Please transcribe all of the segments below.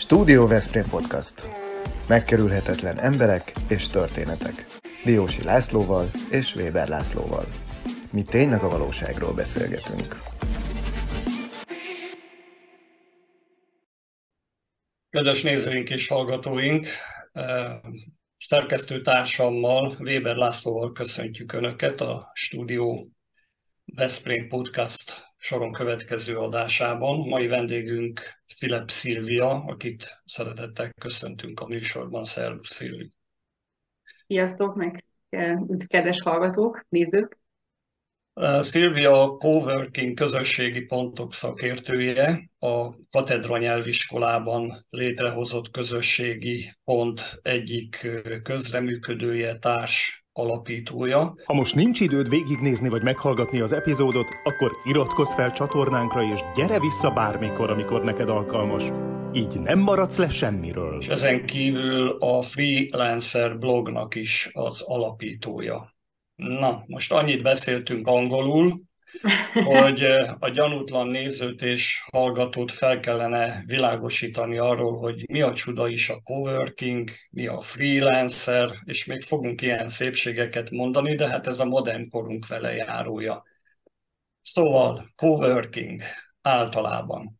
Stúdió Veszprém Podcast. Megkerülhetetlen emberek és történetek. Diósi Lászlóval és Weber Lászlóval. Mi tényleg a valóságról beszélgetünk. Kedves nézőink és hallgatóink, szerkesztő társammal, Weber Lászlóval köszöntjük Önöket a Stúdió Veszprém Podcast soron következő adásában. Mai vendégünk Filip Szilvia, akit szeretettel köszöntünk a műsorban. Szervusz, Szilvi! Sziasztok, meg kedves hallgatók, nézők! Szilvia a Coworking közösségi pontok szakértője, a Katedra nyelviskolában létrehozott közösségi pont egyik közreműködője, társ alapítója. Ha most nincs időd végignézni vagy meghallgatni az epizódot, akkor iratkozz fel csatornánkra és gyere vissza bármikor, amikor neked alkalmas. Így nem maradsz le semmiről. És ezen kívül a Freelancer blognak is az alapítója. Na, most annyit beszéltünk angolul, hogy a gyanútlan nézőt és hallgatót fel kellene világosítani arról, hogy mi a csuda is a coworking, mi a freelancer, és még fogunk ilyen szépségeket mondani, de hát ez a modern korunk velejárója. Szóval coworking általában.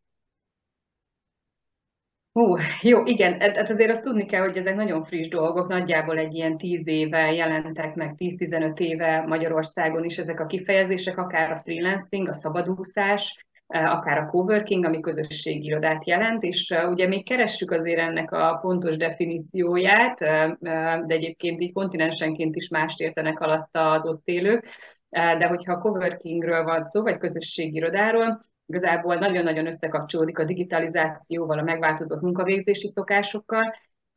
Jó, igen, hát azért azt tudni kell, hogy ezek nagyon friss dolgok, nagyjából egy ilyen 10 éve jelentek meg, 10-15 éve Magyarországon is ezek a kifejezések, akár a freelancing, a szabadúszás, akár a coworking, ami közösségi irodát jelent, és ugye még keressük azért ennek a pontos definícióját, de egyébként így kontinensenként is mást értenek alatta az ott élők, de hogyha a coworkingről van szó, vagy közösségi irodáról, igazából nagyon-nagyon összekapcsolódik a digitalizációval, a megváltozott munkavégzési szokásokkal,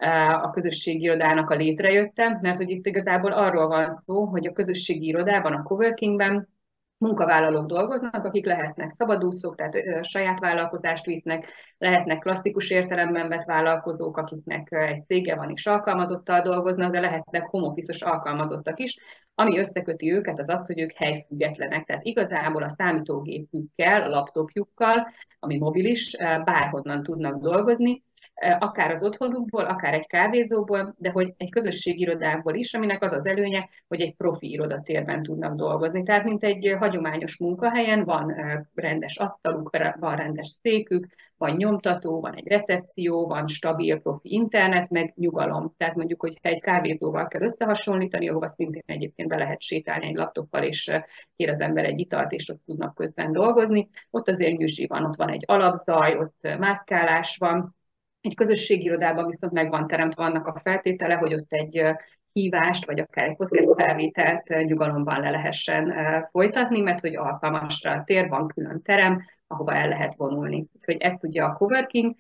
a közösségi irodának a létrejötte, mert hogy itt igazából arról van szó, hogy a közösségi irodában, a coworkingben munkavállalók dolgoznak, akik lehetnek szabadúszók, tehát saját vállalkozást visznek, lehetnek klasszikus értelemben vett vállalkozók, akiknek egy cége van és alkalmazottal dolgoznak, de lehetnek home office-os alkalmazottak is. Ami összeköti őket, az az, hogy ők helyfüggetlenek. Tehát igazából a számítógépükkel, a laptopjukkal, ami mobilis, bárhonnan tudnak dolgozni, akár az otthonukból, akár egy kávézóból, de hogy egy közösségi irodából is, aminek az az előnye, hogy egy profi irodatérben tudnak dolgozni. Tehát mint egy hagyományos munkahelyen van rendes asztaluk, van rendes székük, van nyomtató, van egy recepció, van stabil profi internet, meg nyugalom. Tehát mondjuk, hogy egy kávézóval kell összehasonlítani, ahova szintén egyébként be lehet sétálni egy laptoppal, és kér az ember egy italt, és ott tudnak közben dolgozni. Ott azért nyüzsi van, ott van egy alapzaj, ott mászkálás van. Egy közösségi irodában viszont meg van teremtve annak a feltétele, hogy ott egy hívást, vagy akár egy podcast felvételt nyugalomban le lehessen folytatni, mert hogy alkalmasra a tér, van külön terem, ahova el lehet vonulni. Úgyhogy ezt tudja a coworking.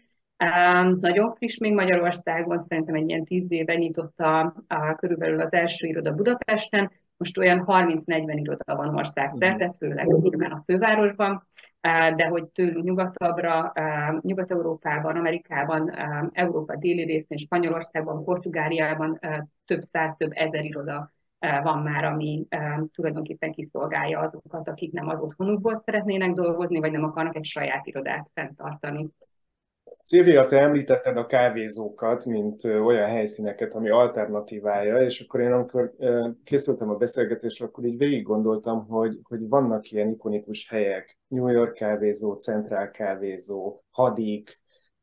Nagyon friss még Magyarországon, szerintem egy ilyen 10 éve nyitotta körülbelül az első iroda Budapesten, most olyan 30-40 iroda van országszerte, főleg a fővárosban, de hogy tőlünk nyugatabbra, Nyugat-Európában, Amerikában, Európa déli részén, Spanyolországban, Portugáliában több száz, több ezer iroda van már, ami tulajdonképpen kiszolgálja azokat, akik nem az otthonukból szeretnének dolgozni, vagy nem akarnak egy saját irodát fenntartani. Szilvia, te említetted a kávézókat, mint olyan helyszíneket, ami alternatívája, és akkor én amikor készültem a beszélgetésre, akkor így végig gondoltam, hogy vannak ilyen ikonikus helyek, New York kávézó, Central kávézó, Hadik,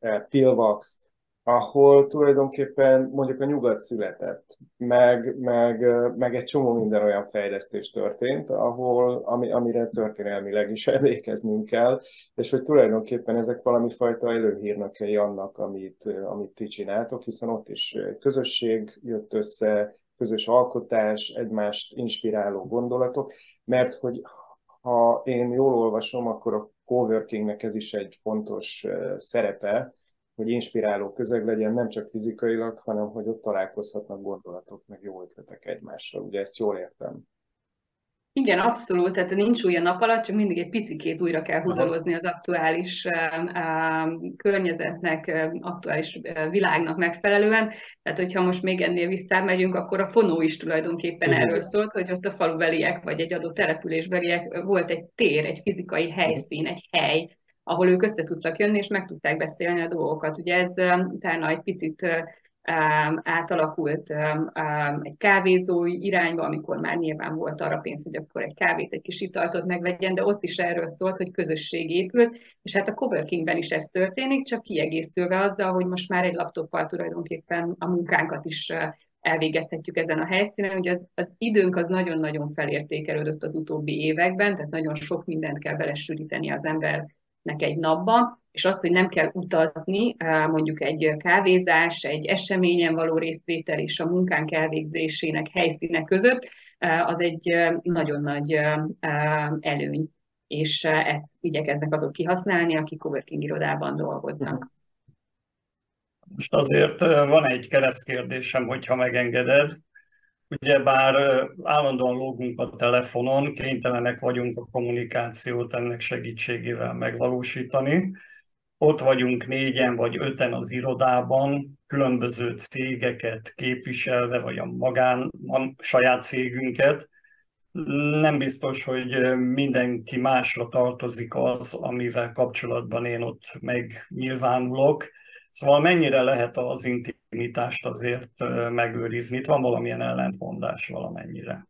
Pillbox, ahol tulajdonképpen mondjuk a nyugat született, meg egy csomó minden olyan fejlesztés történt, amire történelmileg is emlékeznünk kell, és hogy tulajdonképpen ezek valami fajta előhírnökei annak, amit ti csináltok, hiszen ott is közösség jött össze, közös alkotás, egymást inspiráló gondolatok, mert hogy ha én jól olvasom, akkor a coworkingnek ez is egy fontos szerepe, hogy inspiráló közeg legyen, nem csak fizikailag, hanem hogy ott találkozhatnak gondolatok, meg jó ötletek egymással. Ugye ezt jól értem? Igen, abszolút, tehát nincs új a nap alatt, csak mindig egy picikét újra kell húzalozni az aktuális környezetnek, aktuális világnak megfelelően. Tehát, hogyha most még ennél visszamegyünk, akkor a fonó is tulajdonképpen erről szólt, hogy ott a falubeliek, vagy egy adott településbeliek volt egy tér, egy fizikai helyszín, egy hely, ahol ők össze tudtak jönni, és meg tudták beszélni a dolgokat. Ugye ez utána egy picit átalakult egy kávézói irányba, amikor már nyilván volt arra pénz, hogy akkor egy kávét, egy kis italtot megvegyen, de ott is erről szólt, hogy közösség épült, és hát a coworkingben is ez történik, csak kiegészülve azzal, hogy most már egy laptoppal tulajdonképpen a munkánkat is elvégezhetjük ezen a helyszínen. Ugye az időnk az nagyon-nagyon felértékelődött az utóbbi években, tehát nagyon sok mindent kell belesűríteni az embernek egy napba, és az, hogy nem kell utazni, mondjuk egy kávézás, egy eseményen való részvétel és a munkánk elvégzésének helyszíne között, az egy nagyon nagy előny, és ezt igyekeznek azok kihasználni, akik coworking irodában dolgoznak. Most azért van egy keresztkérdésem, hogyha megengeded. Ugyebár állandóan lógunk a telefonon, kénytelenek vagyunk a kommunikációt ennek segítségével megvalósítani. Ott vagyunk 4-en vagy 5-en az irodában, különböző cégeket képviselve, vagy a saját cégünket. Nem biztos, hogy mindenki másra tartozik az, amivel kapcsolatban én ott megnyilvánulok. Szóval mennyire lehet az intimitást azért megőrizni? Itt van valamilyen ellentmondás valamennyire.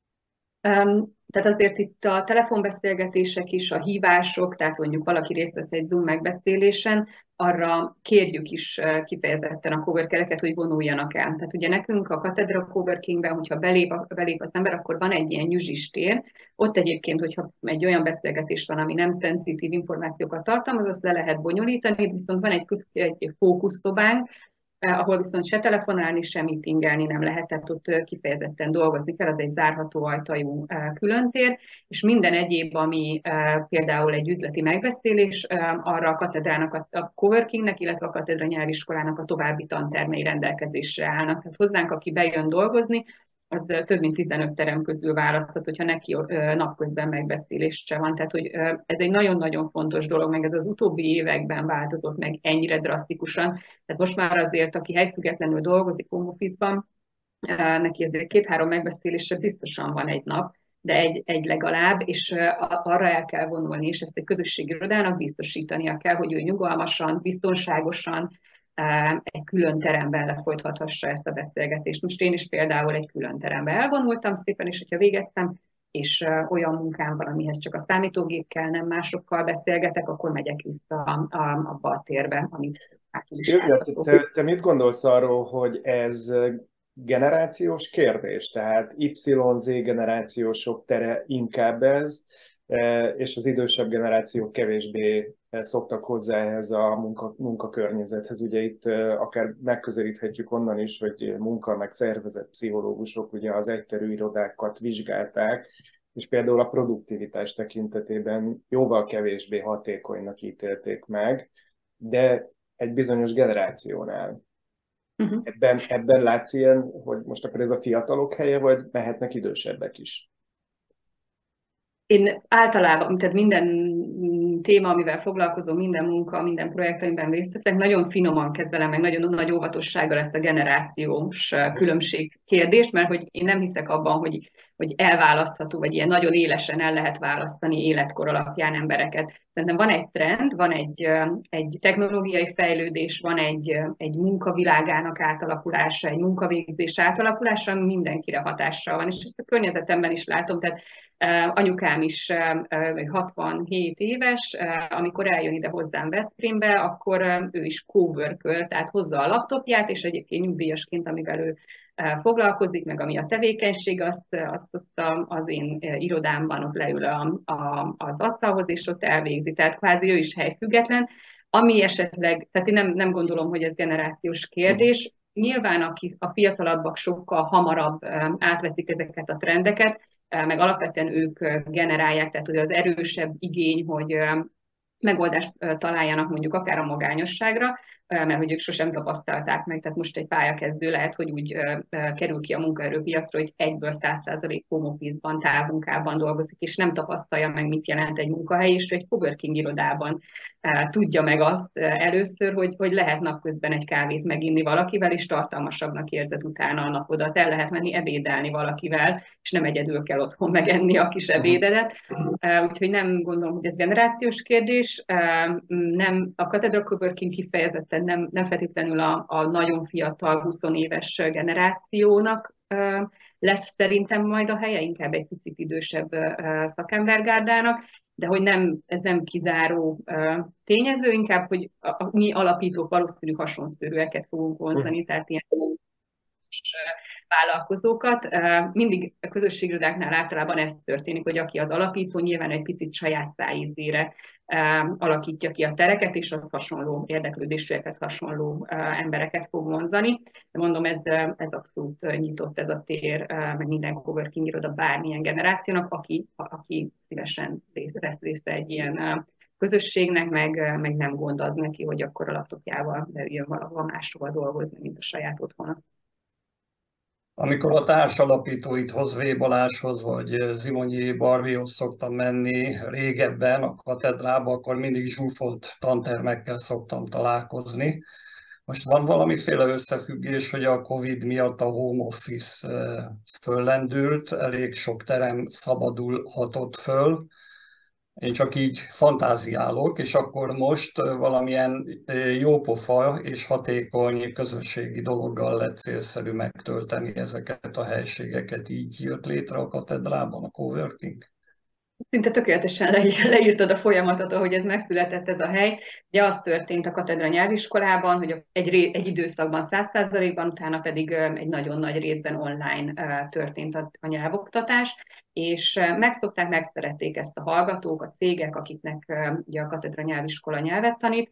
Tehát azért itt a telefonbeszélgetések is, a hívások, tehát mondjuk valaki részt vesz egy Zoom megbeszélésen, arra kérjük is kifejezetten a coworkereket, hogy vonuljanak el. Tehát ugye nekünk a Katedra Coworkingben, hogyha belép az ember, akkor van egy ilyen nyüzsistér. Ott egyébként, hogyha egy olyan beszélgetés van, ami nem szenzitív információkat tartalmaz, azt le lehet bonyolítani, viszont van egy fókuszszobánk, ahol viszont se telefonálni, se meetingelni nem lehet, tehát ott kifejezetten dolgozni kell, az egy zárható ajtajú különtér, és minden egyéb, ami például egy üzleti megbeszélés, arra a katedrának, a coworkingnek, illetve a katedra nyelviskolának a további tantermei rendelkezésre állnak. Tehát hozzánk, aki bejön dolgozni, az több mint 15 terem közül választhat, hogyha neki napközben megbeszélésre van. Tehát, hogy ez egy nagyon-nagyon fontos dolog, meg ez az utóbbi években változott meg ennyire drasztikusan. Tehát most már azért, aki helyfüggetlenül dolgozik home office-ban, neki ezért 2-3 megbeszélésre biztosan van egy nap, de egy legalább, és arra el kell vonulni, és ezt egy közösségi irodának biztosítania kell, hogy ő nyugalmasan, biztonságosan, egy külön teremben lefolytathassa ezt a beszélgetést. Most én is például egy külön terembe elvonultam szépen, és hogyha végeztem, és olyan munkám van, amihez csak a számítógép kell, nem másokkal beszélgetek, akkor megyek vissza abba a térbe, amit Szilvia, te mit gondolsz arról, hogy ez generációs kérdés? Tehát YZ generációsok tere inkább ez, és az idősebb generációk kevésbé szoktak hozzá ehhez a munkakörnyezethez. Ugye itt akár megközelíthetjük onnan is, hogy munka meg szervezet pszichológusok ugye az egyterű irodákat vizsgálták, és például a produktivitás tekintetében jóval kevésbé hatékonynak ítélték meg, de egy bizonyos generációnál. Ebben látsz ilyen, hogy most akkor ez a fiatalok helye, vagy mehetnek idősebbek is? Én általában, tehát minden téma, amivel foglalkozom, minden munka, minden projekt, amiben részt veszek, nagyon finoman kezelem, meg nagyon nagy óvatossággal ezt a generációs különbség kérdést, mert hogy én nem hiszek abban, hogy elválasztható, vagy ilyen nagyon élesen el lehet választani életkor alapján embereket. Szerintem van egy trend, van egy technológiai fejlődés, van egy munkavilágának átalakulása, egy munkavégzés átalakulása, ami mindenkire hatással van. És ezt a környezetemben is látom, tehát anyukám is 67 éves, amikor eljön ide hozzám Veszprémbe, akkor ő is coworköl, tehát hozza a laptopját, és egyébként nyugdíjasként, amivel ő foglalkozik, meg ami a tevékenység, azt ott az én irodámban ott leül az asztalhoz, és ott elvégzi. Tehát kvázi ő is helyfüggetlen, ami esetleg, tehát én nem gondolom, hogy ez generációs kérdés. Nyilván a fiatalabbak sokkal hamarabb átveszik ezeket a trendeket, meg alapvetően ők generálják, tehát hogy az erősebb igény, hogy megoldást találjanak mondjuk akár a magányosságra, mert hogy ők sosem tapasztalták meg, tehát most egy pályakezdő lehet, hogy úgy kerül ki a munkaerőpiacra, hogy 100% home office-ban, távmunkában dolgozik, és nem tapasztalja meg, mit jelent egy munkahely, és egy coworking irodában tudja meg azt először, hogy lehet napközben egy kávét meginni valakivel, és tartalmasabbnak érzed utána a napodat. El lehet menni ebédelni valakivel, és nem egyedül kell otthon megenni a kis ebédedet. Úgyhogy nem gondolom, hogy ez generációs kérdés. is. A Katedra Coworking kifejezetten nem feltétlenül a nagyon fiatal 20 éves generációnak lesz szerintem majd a helye, inkább egy picit idősebb szakembergárdának, de hogy ez nem kizáró tényező, inkább, hogy mi alapítók valószínű hasonszörűeket fogunk vonzani, tehát ilyen vállalkozókat. Mindig a közösségirodáknál általában ez történik, hogy aki az alapító, nyilván egy picit saját szájízére alakítja ki a tereket, és az hasonló érdeklődésűeket, hasonló embereket fog vonzani. De mondom, ez abszolút nyitott ez a tér, meg minden coworking iroda bármilyen generációnak, aki szívesen vesz részt egy ilyen közösségnek, meg nem gond az neki, hogy akkor a laptopjával jön valahol máshova dolgozni, mint a saját otthona. Amikor a társalapítóidhoz, V. Balázshoz vagy Zimonyi Barbihoz szoktam menni régebben a katedrába, akkor mindig zsúfolt tantermekkel szoktam találkozni. Most van valamiféle összefüggés, hogy a Covid miatt a home office föllendült, elég sok terem szabadulhatott föl. Én csak így fantáziálok, és akkor most valamilyen jópofa és hatékony közösségi dologgal lett célszerű megtölteni ezeket a helységeket. Így jött létre a katedrában a coworking? Szinte tökéletesen leírtad a folyamatot, ahogy ez megszületett ez a hely. Ugye az történt a Katedra nyelviskolában, hogy egy időszakban 100%-ban, utána pedig egy nagyon nagy részben online történt a nyelvoktatás, és megszerették ezt a hallgatók, a cégek, akiknek ugye a Katedra nyelviskola nyelvet tanít,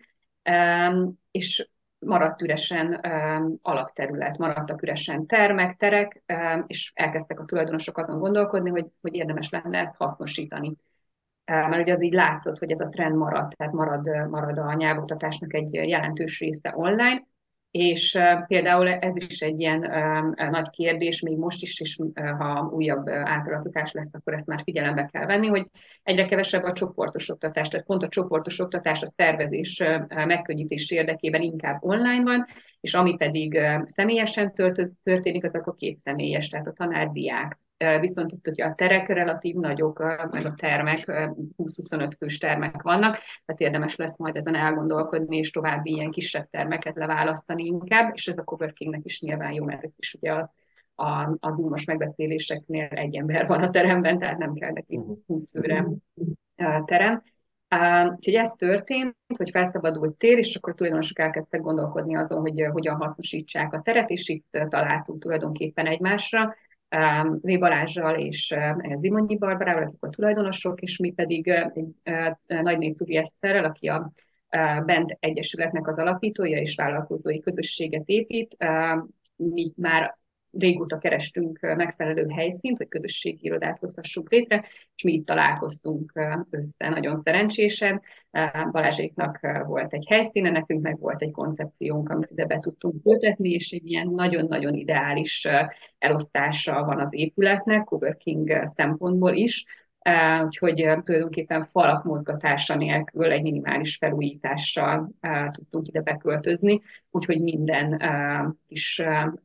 és maradt üresen alapterület, maradtak üresen terek, és elkezdtek a tulajdonosok azon gondolkodni, hogy érdemes lenne ezt hasznosítani. Mert ugye az így látszott, hogy ez a trend marad, tehát marad a nyelvoktatásnak egy jelentős része online, és például ez is egy ilyen nagy kérdés, még most is, és ha újabb átalakítás lesz, akkor ezt már figyelembe kell venni, hogy egyre kevesebb a csoportos oktatás, tehát pont a csoportos oktatás a szervezés megkönnyítés érdekében inkább online van, és ami pedig személyesen történik, azok a kétszemélyes, tehát a tanár-diák. Viszont itt ugye a terek relatív nagyok, meg a termek, 20-25 fős termek vannak, tehát érdemes lesz majd ezen elgondolkodni, és további ilyen kisebb termeket leválasztani inkább, és ez a coworkingnek is nyilván jó, mert is ugye a Zoom-os megbeszéléseknél egy ember van a teremben, tehát nem kell neki 20 főre terem. Úgyhogy ez történt, hogy felszabadult tér, és akkor a tulajdonosok elkezdtek gondolkodni azon, hogy hogyan hasznosítsák a teret, és itt találtunk tulajdonképpen egymásra, V. Balázsral és Zimonyi Barbarával, akik a tulajdonosok, és mi pedig Nagynécz Úri Eszterrel, aki a Bend Egyesületnek az alapítója és vállalkozói közösséget épít. Mi már régóta kerestünk megfelelő helyszínt, hogy közösségi irodát hozhassunk létre, és mi itt találkoztunk össze nagyon szerencsésen. Balázséknak volt egy helyszíne, nekünk meg volt egy koncepciónk, amit ide be tudtunk ültetni, és egy ilyen nagyon-nagyon ideális elosztása van az épületnek, coworking szempontból is, úgyhogy tulajdonképpen falak mozgatása nélkül egy minimális felújítással tudtunk ide beköltözni, úgyhogy minden kis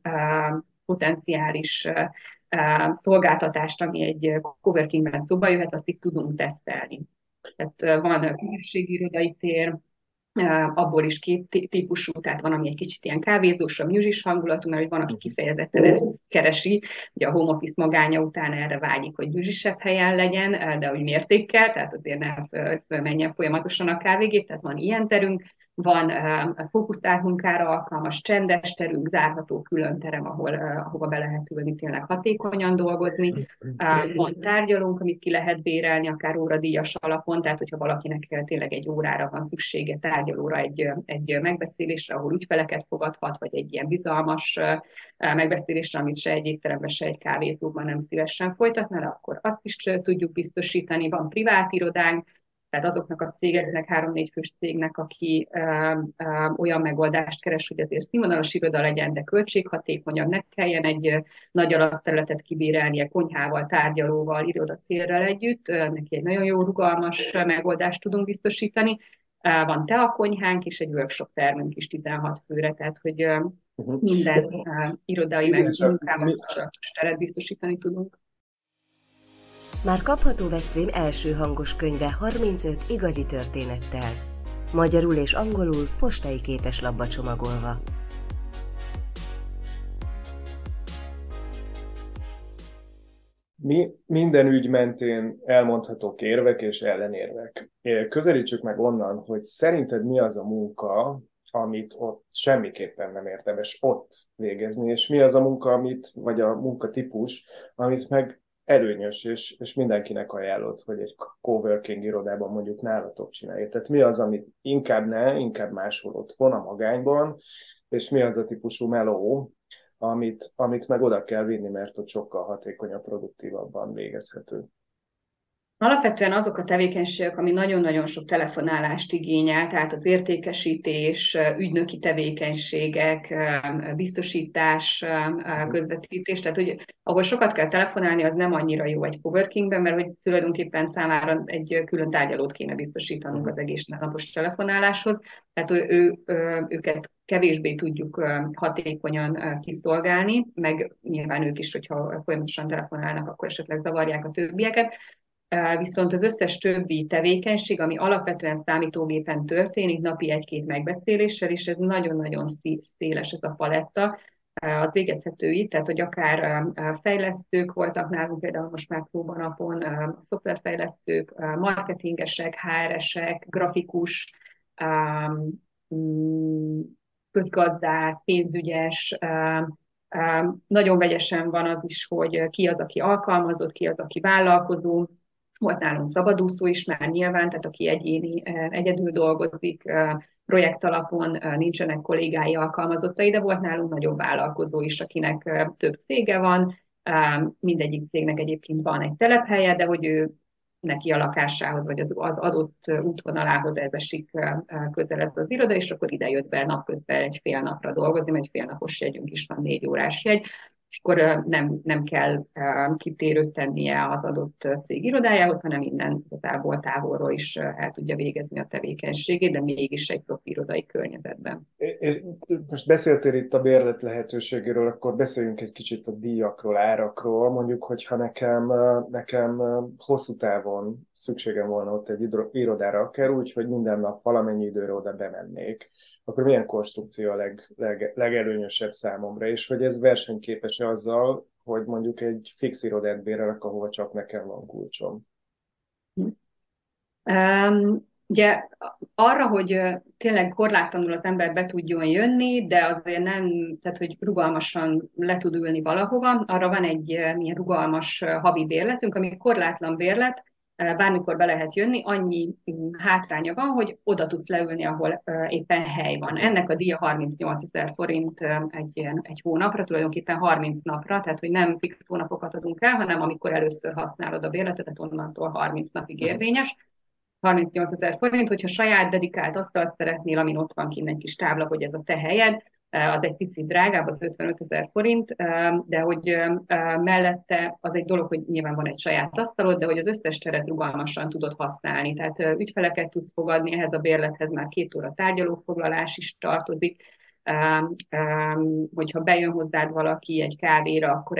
potenciális szolgáltatást, ami egy coworkingben szóba jöhet, azt itt tudunk tesztelni. Tehát van közösségi irodai tér, abból is két típusú, tehát van, ami egy kicsit ilyen kávézósabb, nyüzsis hangulatú, mert van, aki kifejezetten ezt keresi, ugye a home office magánya után erre vágyik, hogy nyüzsisebb helyen legyen, de úgy mértékkel, tehát azért ne menjen folyamatosan a kávégép, tehát van ilyen terünk, van fókuszált munkára alkalmas csendes terünk, zárható külön terem, ahova be lehet ülni, tényleg hatékonyan dolgozni. Van tárgyalónk, amit ki lehet bérelni, akár óradíjas alapon, tehát hogyha valakinek tényleg egy órára van szüksége, tárgyalóra egy megbeszélésre, ahol ügyfeleket fogadhat, vagy egy ilyen bizalmas megbeszélésre, amit se egy étteremben, se egy kávézóban nem szívesen folytatna, akkor azt is tudjuk biztosítani. Van privát irodánk, tehát azoknak a cégeknek, 3-4 fős cégnek, aki olyan megoldást keres, hogy azért színvonalas iroda legyen, de költséghatékonyabb, ne kelljen egy nagy alapterületet kibérelnie konyhával, tárgyalóval, irodatérrel együtt. Neki egy nagyon jó, rugalmas megoldást tudunk biztosítani. Van teakonyhánk és egy workshop termünk is 16 főre, tehát hogy minden irodai meg munkával kapcsolatos teret biztosítani tudunk. Már kapható Veszprém első hangos könyve 35 igazi történettel. Magyarul és angolul postai képeslapba csomagolva. Minden ügy mentén elmondhatók érvek és ellenérvek. Közelítsük meg onnan, hogy szerinted mi az a munka, amit ott semmiképpen nem érdemes ott végezni, és mi az a munka, vagy a munkatípus, amit meg előnyös, és mindenkinek ajánlott, hogy egy coworking irodában mondjuk nálatok csinálja. Tehát mi az, amit inkább máshol otthon, a magányban, és mi az a típusú meló, amit meg oda kell vinni, mert ott sokkal hatékonyabb, produktívabban végezhető. Alapvetően azok a tevékenységek, ami nagyon-nagyon sok telefonálást igényel, tehát az értékesítés, ügynöki tevékenységek, biztosítás, közvetítés, tehát hogy ahol sokat kell telefonálni, az nem annyira jó egy coworkingben, mert hogy tulajdonképpen számára egy külön tárgyalót kéne biztosítanunk az egész napos telefonáláshoz, tehát őket kevésbé tudjuk hatékonyan kiszolgálni, meg nyilván ők is, hogyha folyamatosan telefonálnak, akkor esetleg zavarják a többieket. Viszont az összes többi tevékenység, ami alapvetően számítógépen történik, napi egy-két megbeszéléssel, és ez nagyon-nagyon széles ez a paletta, az végezhető itt, tehát hogy akár fejlesztők voltak nálunk, például most már próbanapon, szoftverfejlesztők, marketingesek, HR-esek, grafikus, közgazdász, pénzügyes, nagyon vegyesen van az is, hogy ki az, aki alkalmazott, ki az, aki vállalkozó. Volt nálunk szabadúszó is már nyilván, tehát aki egyedül dolgozik, projekt alapon, nincsenek kollégái alkalmazottai, de volt nálunk nagyobb vállalkozó is, akinek több cége van, mindegyik cégnek egyébként van egy telephelye, de hogy ő neki a lakásához, vagy az adott útvonalához ez esik közel ez az iroda, és akkor ide jött be napközben egy fél napra dolgozni, mert egy fél napos jegyünk is van, 4 órás jegy, és akkor nem kell kitérőt tennie az adott cég irodájához, hanem innen igazából távolról is el tudja végezni a tevékenységét, de mégis egy profi irodai környezetben. Most beszéltél itt a bérlet lehetőségéről, akkor beszéljünk egy kicsit a díjakról, árakról. Mondjuk, hogyha nekem hosszú távon szükségem volna ott egy irodára, akár úgy, hogy minden nap valamennyi időre oda bemennék, akkor milyen konstrukció a legelőnyösebb számomra, és hogy ez versenyképes azzal, hogy mondjuk egy fix irodát bérelek, ahova csak nekem van kulcsom. Ugye arra, hogy tényleg korlátlanul az ember be tudjon jönni, de azért nem, tehát hogy rugalmasan le tud ülni valahova, arra van egy milyen rugalmas havi bérletünk, ami korlátlan bérlet, bármikor be lehet jönni, annyi hátránya van, hogy oda tudsz leülni, ahol éppen hely van. Ennek a díja 38 000 forint egy hónapra, tulajdonképpen 30 napra, tehát hogy nem fix hónapokat adunk el, hanem amikor először használod a bérletet, tehát onnantól 30 napig érvényes. 38 000 forint, hogyha saját dedikált asztalt szeretnél, amin ott van kint egy kis tábla, hogy ez a te helyed, az egy picit drágább, az 55 000 forint, de hogy mellette az egy dolog, hogy nyilván van egy saját asztalod, de hogy az összes teret rugalmasan tudod használni. Tehát ügyfeleket tudsz fogadni, ehhez a bérlethez már 2 óra tárgyalófoglalás is tartozik, hogyha bejön hozzád valaki egy kávéra, akkor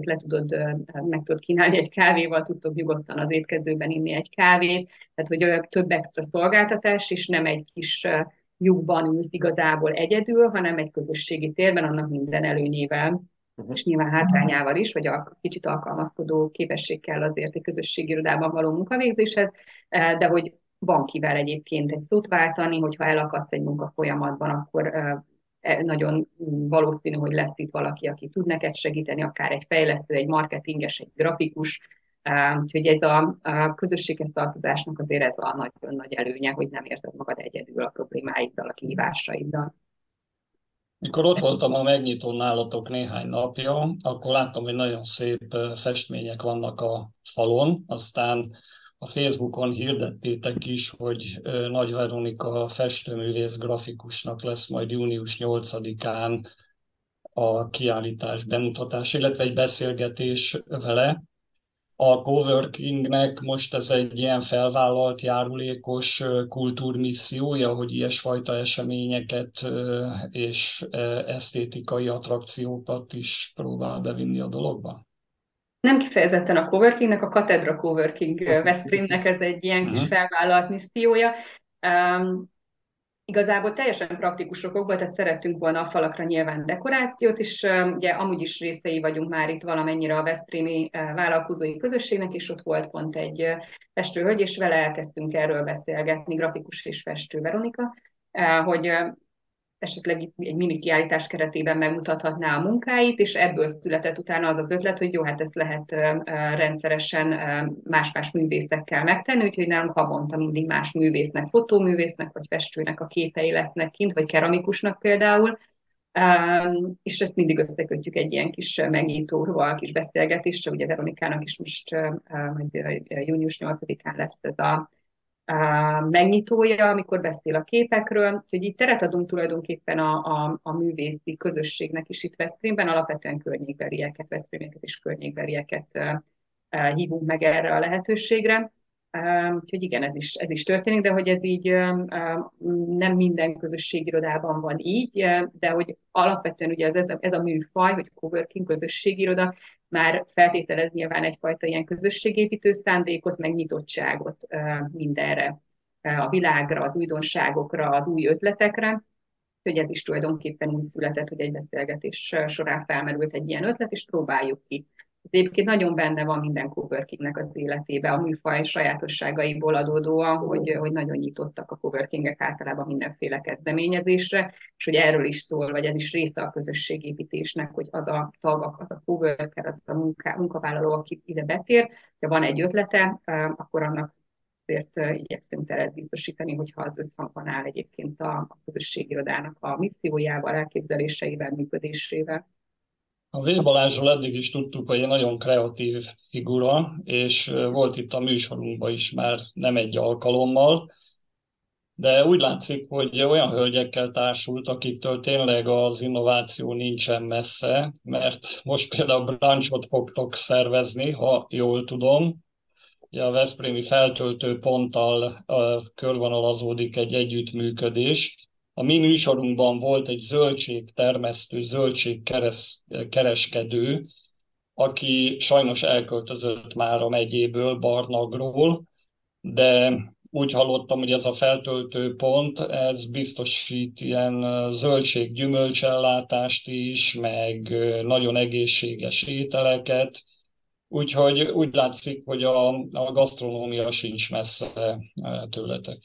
meg tudod kínálni egy kávéval, tudtok nyugodtan az étkezdőben inni egy kávét, tehát hogy több extra szolgáltatás, és nem egy kis lyukban ülsz igazából egyedül, hanem egy közösségi térben, annak minden előnyével, és nyilván hátrányával is, vagy a kicsit alkalmazkodó képesség kell azért egy közösségi irodában való munkavégzéshez, de hogy van kivel egyébként egy szót váltani, hogyha elakadsz egy munkafolyamatban, akkor nagyon valószínű, hogy lesz itt valaki, aki tud neked segíteni, akár egy fejlesztő, egy marketinges, egy grafikus. Úgyhogy ez a közösséghez tartozásnak azért ez a nagyon nagy előnye, hogy nem érzed magad egyedül a problémáiddal, a kihívásaiddal. Mikor ott voltam a megnyitón nálatok néhány napja, akkor láttam, hogy nagyon szép festmények vannak a falon, aztán a Facebookon hirdettétek is, hogy Nagy Veronika festőművész grafikusnak lesz majd június 8-án a kiállítás bemutatás, illetve egy beszélgetés vele. A coworkingnek most ez egy ilyen felvállalt, járulékos kultúrmissziója, hogy ilyesfajta eseményeket és esztétikai attrakciókat is próbál bevinni a dologba? Nem kifejezetten a coworkingnek, a Katedra Coworking Veszprémnek ez egy ilyen kis Uh-huh. felvállalt missziója. Igazából teljesen praktikus okokból, tehát szerettünk volna a falakra nyilván dekorációt, és ugye amúgy is részei vagyunk már itt valamennyire a veszprémi vállalkozói közösségnek, és ott volt pont egy festőhölgy, és vele elkezdtünk erről beszélgetni, grafikus és festő Veronika, hogy esetleg egy mini kiállítás keretében megmutathatná a munkáit, és ebből született utána az az ötlet, hogy jó, hát ezt lehet rendszeresen más-más művészekkel megtenni, úgyhogy nálunk havonta mindig más művésznek, fotóművésznek, vagy festőnek a képei lesznek kint, vagy keramikusnak például, és ezt mindig összekötjük egy ilyen kis megnyitóval, kis beszélgetéssel, ugye Veronikának is most majd június 8-án lesz ez a megnyitója, amikor beszél a képekről, úgyhogy így teret adunk tulajdonképpen a művészi közösségnek is itt Veszprémben, alapvetően környékbelieket, veszprémieket és környékbelieket hívunk meg erre a lehetőségre. Úgyhogy igen, ez is történik, de hogy ez így nem minden közösségirodában van így, de hogy alapvetően ugye ez a műfaj, hogy coworking közösségiroda, már feltételez nyilván egyfajta ilyen közösségépítő szándékot, meg nyitottságot mindenre, a világra, az újdonságokra, az új ötletekre, hogy ez is tulajdonképpen úgy született, hogy egy beszélgetés során felmerült egy ilyen ötlet, és próbáljuk ki. Egyébként nagyon benne van minden coworkingnek az életében, a műfaj sajátosságaiból adódóan, hogy nagyon nyitottak a coworkingek általában mindenféle kezdeményezésre, és hogy erről is szól, vagy ez is része a közösségépítésnek, hogy az a tag, az a coworker, az a munkavállaló, aki ide betér, ha van egy ötlete, akkor annak azért igyekszünk teret biztosítani, hogyha az összhangban áll egyébként a közösségirodának a missziójával, elképzeléseivel, működésével. A V. Balázsról eddig is tudtuk, hogy egy nagyon kreatív figura, és volt itt a műsorunkban is már nem egy alkalommal, de úgy látszik, hogy olyan hölgyekkel társult, akiktől tényleg az innováció nincsen messze, mert most például brunchot fogtok szervezni, ha jól tudom. A veszprémi feltöltő ponttal körvonalazódik egy együttműködés. A mi műsorunkban volt egy zöldségtermesztő, zöldségkereskedő, aki sajnos elköltözött már a megyéből, Barnagról, de úgy hallottam, hogy ez a feltöltő pont, ez biztosít ilyen zöldség-gyümölcsellátást is, meg nagyon egészséges ételeket. Úgyhogy úgy látszik, hogy a gasztronómia sincs messze tőletek.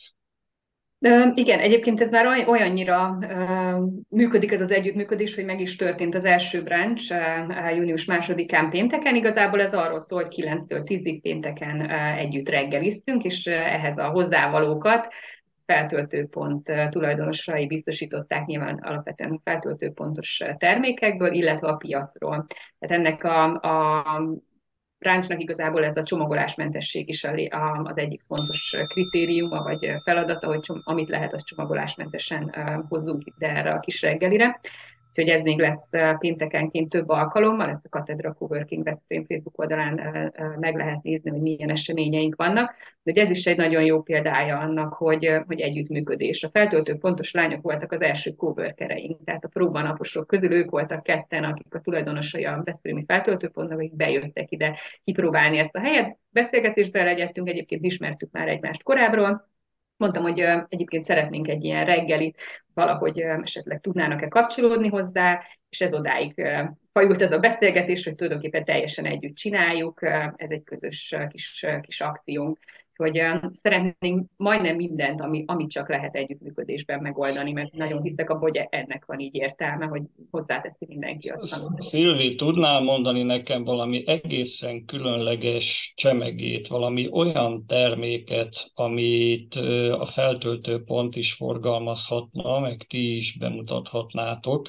Igen, egyébként ez már olyannyira működik ez az együttműködés, hogy meg is történt az első brunch június 2-án pénteken. Igazából ez arról szól, hogy 9-től 10-ig pénteken együtt reggeliztünk, és ehhez a hozzávalókat feltöltőpont tulajdonosai biztosították nyilván alapvetően feltöltőpontos termékekből, illetve a piacról. Tehát ennek a brunchnak igazából ez a csomagolásmentesség is az egyik fontos kritériuma, vagy feladata, hogy amit lehet, az csomagolásmentesen hozzunk ide erre a kis reggelire. Úgyhogy ez még lesz péntekenként több alkalommal, ezt a Katedra Coworking Veszprém Facebook oldalán meg lehet nézni, hogy milyen eseményeink vannak. De ez is egy nagyon jó példája annak, hogy együttműködés. A feltöltő pontos lányok voltak az első coworkereink, tehát a próbanaposok közül ők voltak ketten, akik a tulajdonosai a veszprémi feltöltőpontnak, akik bejöttek ide kipróbálni ezt a helyet. Beszélgetésben legyettünk, egyébként ismertük már egymást korábbról. Mondtam, hogy egyébként szeretnénk egy ilyen reggelit, valahogy esetleg tudnának-e kapcsolódni hozzá, és ez odáig fajult ez a beszélgetés, hogy tulajdonképpen teljesen együtt csináljuk, ez egy közös kis akciónk. Hogy szeretnénk majdnem mindent, amit csak lehet együttműködésben megoldani, mert nagyon hiszek abban, hogy ennek van így értelme, hogy hozzáteszi mindenki azt. Szilvi, tudnál mondani nekem valami egészen különleges csemegét, valami olyan terméket, amit a feltöltő pont is forgalmazhatna, meg ti is bemutathatnátok?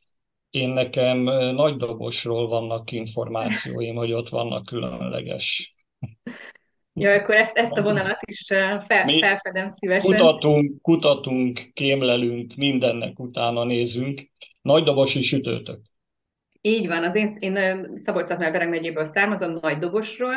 Én nekem Nagy Dobosról vannak információim, hogy ott vannak különleges. Ja, akkor ezt a vonalat is felfedem szívesen. Kutatunk, kémlelünk, mindennek utána nézünk. Nagydobosi sütőtök. Így van, én Szabolcs-Szatmár-Bereg megyéből származom, Nagydobosról,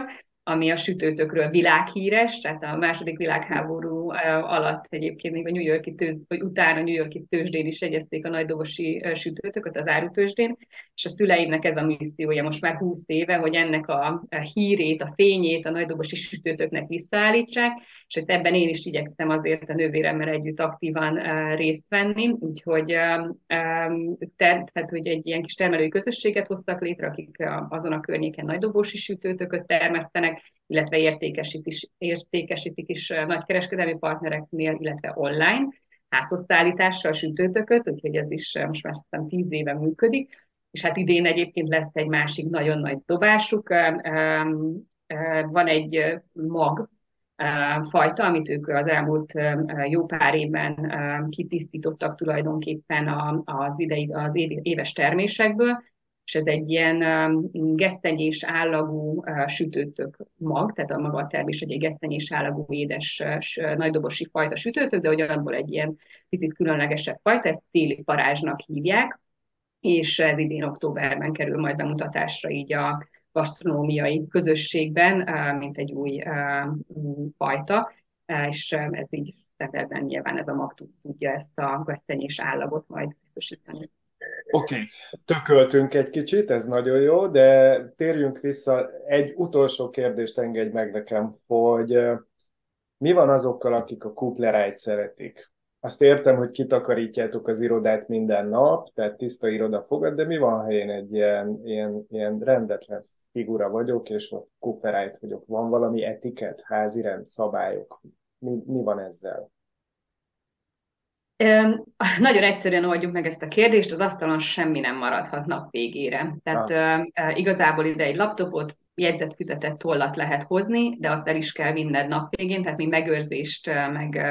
ami a sütőtökről világhíres, tehát a második világháború alatt egyébként még a New York-i vagy utána a New York-i tőzsdén is jegyezték a nagydobosi sütőtököt, az árutőzsdén, és a szüleimnek ez a missziója most már 20 éve, hogy ennek a hírét, a fényét a nagydobosi sütőtöknek visszaállítsák, és ebben én is igyekszem azért a nővéremmel együtt aktívan részt venni, úgyhogy tehát, hogy egy ilyen kis termelői közösséget hoztak létre, akik azon a környéken nagydobosi sütőtököt termesztenek, illetve értékesítik is nagykereskedelmi partnereknél, illetve online, házhoz szállítással sütőtököt, úgyhogy ez is most már aztán 10 éve működik, és hát idén egyébként lesz egy másik nagyon nagy dobásuk, van egy mag fajta, amit ők az elmúlt jó pár évben kitisztítottak tulajdonképpen az éves termésekből, és ez egy ilyen gesztenyés állagú sütőtök mag, tehát a maga a termés egy gesztenyés állagú édes nagydobosi fajta sütőtök, de ugyanabból egy ilyen picit különlegesebb fajta, ezt téli parázsnak hívják, és ez idén októberben kerül majd bemutatásra így a gasztronómiai közösségben, mint egy új fajta, és ez így szeptemberben nyilván ez a mag tudja ezt a gesztenyés állagot majd biztosítani. Oké, tököltünk egy kicsit, ez nagyon jó, de térjünk vissza. Egy utolsó kérdést engedj meg nekem, hogy mi van azokkal, akik a kuplerájt szeretik? Azt értem, hogy kitakarítjátok az irodát minden nap, tehát tiszta iroda fogad, de mi van, ha én egy ilyen rendetlen figura vagyok, és a kuplerájt vagyok? Van valami etikett, házirend, szabályok? Mi van ezzel? Nagyon egyszerűen oldjuk meg ezt a kérdést, az asztalon semmi nem maradhat nap végére. Tehát igazából ide egy laptopot, jegyzetfüzetet, tollat lehet hozni, de azt el is kell vinned nap végén, tehát mi megőrzést, meg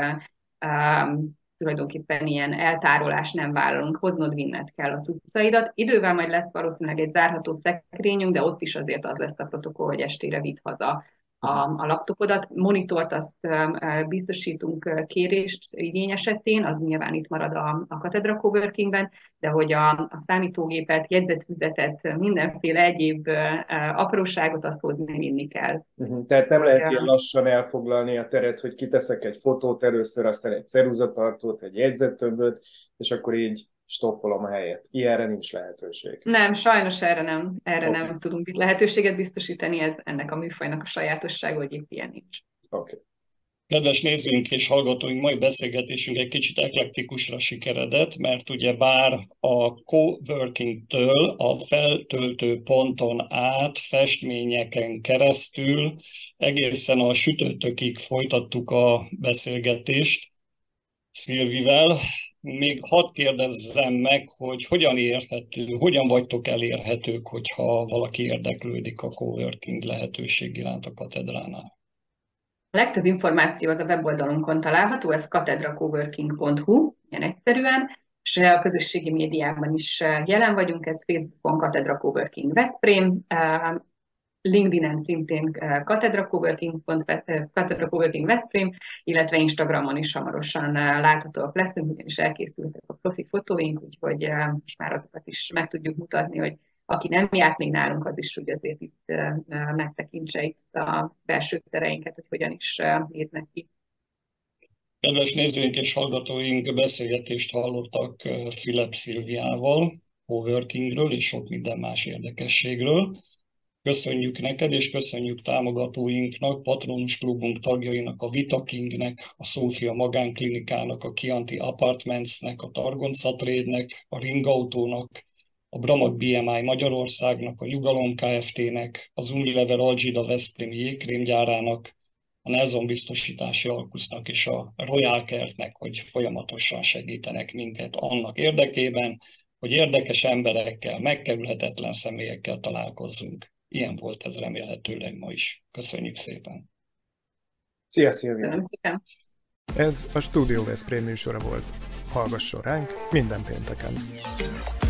tulajdonképpen ilyen eltárolást nem vállalunk, hoznod, vinned kell a cuccaidat. Idővel majd lesz valószínűleg egy zárható szekrényünk, de ott is azért az lesz a protokoll, hogy estére vidd haza a laptopodat. Monitort azt biztosítunk kérést igény esetén, az nyilván itt marad a Katedra Coworkingben, de hogy a számítógépet, jegyzetfüzetet, mindenféle egyéb apróságot azt hozni, vinni kell. Tehát nem lehet ilyen lassan elfoglalni a teret, hogy kiteszek egy fotót először, aztán egy ceruzatartót, egy jegyzettömböt, és akkor így stoppolom a helyet. Ilyenre nincs lehetőség. Nem, sajnos erre nem tudunk lehetőséget biztosítani, ez ennek a műfajnak a sajátossága, hogy itt ilyen nincs. Okay. Kedves nézőink és hallgatóink, mai beszélgetésünk egy kicsit eklektikusra sikeredett, mert ugye bár a coworking-től a feltöltő ponton át, festményeken keresztül, egészen a sütőtökig folytattuk a beszélgetést Szilvivel. Még hadd kérdezzem meg, hogy hogyan vagytok elérhetők, hogyha valaki érdeklődik a coworking lehetőség iránt a katedránál? A legtöbb információ az a weboldalunkon található, ez katedracoworking.hu, ilyen egyszerűen, és a közösségi médiában is jelen vagyunk, ez Facebookon Katedra Coworking Veszprém, LinkedIn-en szintén Katedra Coworking Veszprém, illetve Instagramon is hamarosan láthatóak leszünk, ugyanis elkészültek a profi fotóink, úgyhogy most már azokat is meg tudjuk mutatni, hogy aki nem járt még nálunk, az is úgy azért itt megtekintse itt a belső tereinket, hogy hogyan is néznek ki. Kedves nézőink és hallgatóink, beszélgetést hallottak Filep Szilviával, coworkingről és sok minden más érdekességről. Köszönjük neked, és köszönjük támogatóinknak, Patronus Klubunk tagjainak, a Vitakingnek, a Szófia Magánklinikának, a Chianti Apartmentsnek, a Targonca Trade-nek, a Ringautónak, a Bramag BMI Magyarországnak, a Nyugalom Kft-nek, az Unilever Algida Veszprémi jégkrémgyárának, a Nelson Biztosítási Alkusznak és a Royal Kertnek, hogy folyamatosan segítenek minket annak érdekében, hogy érdekes emberekkel, megkerülhetetlen személyekkel találkozzunk. Ilyen volt ez remélhetőleg ma is. Köszönjük szépen! Szia, Szilvia! Ez a Studio Veszprém műsora volt. Hallgasson ránk minden pénteken!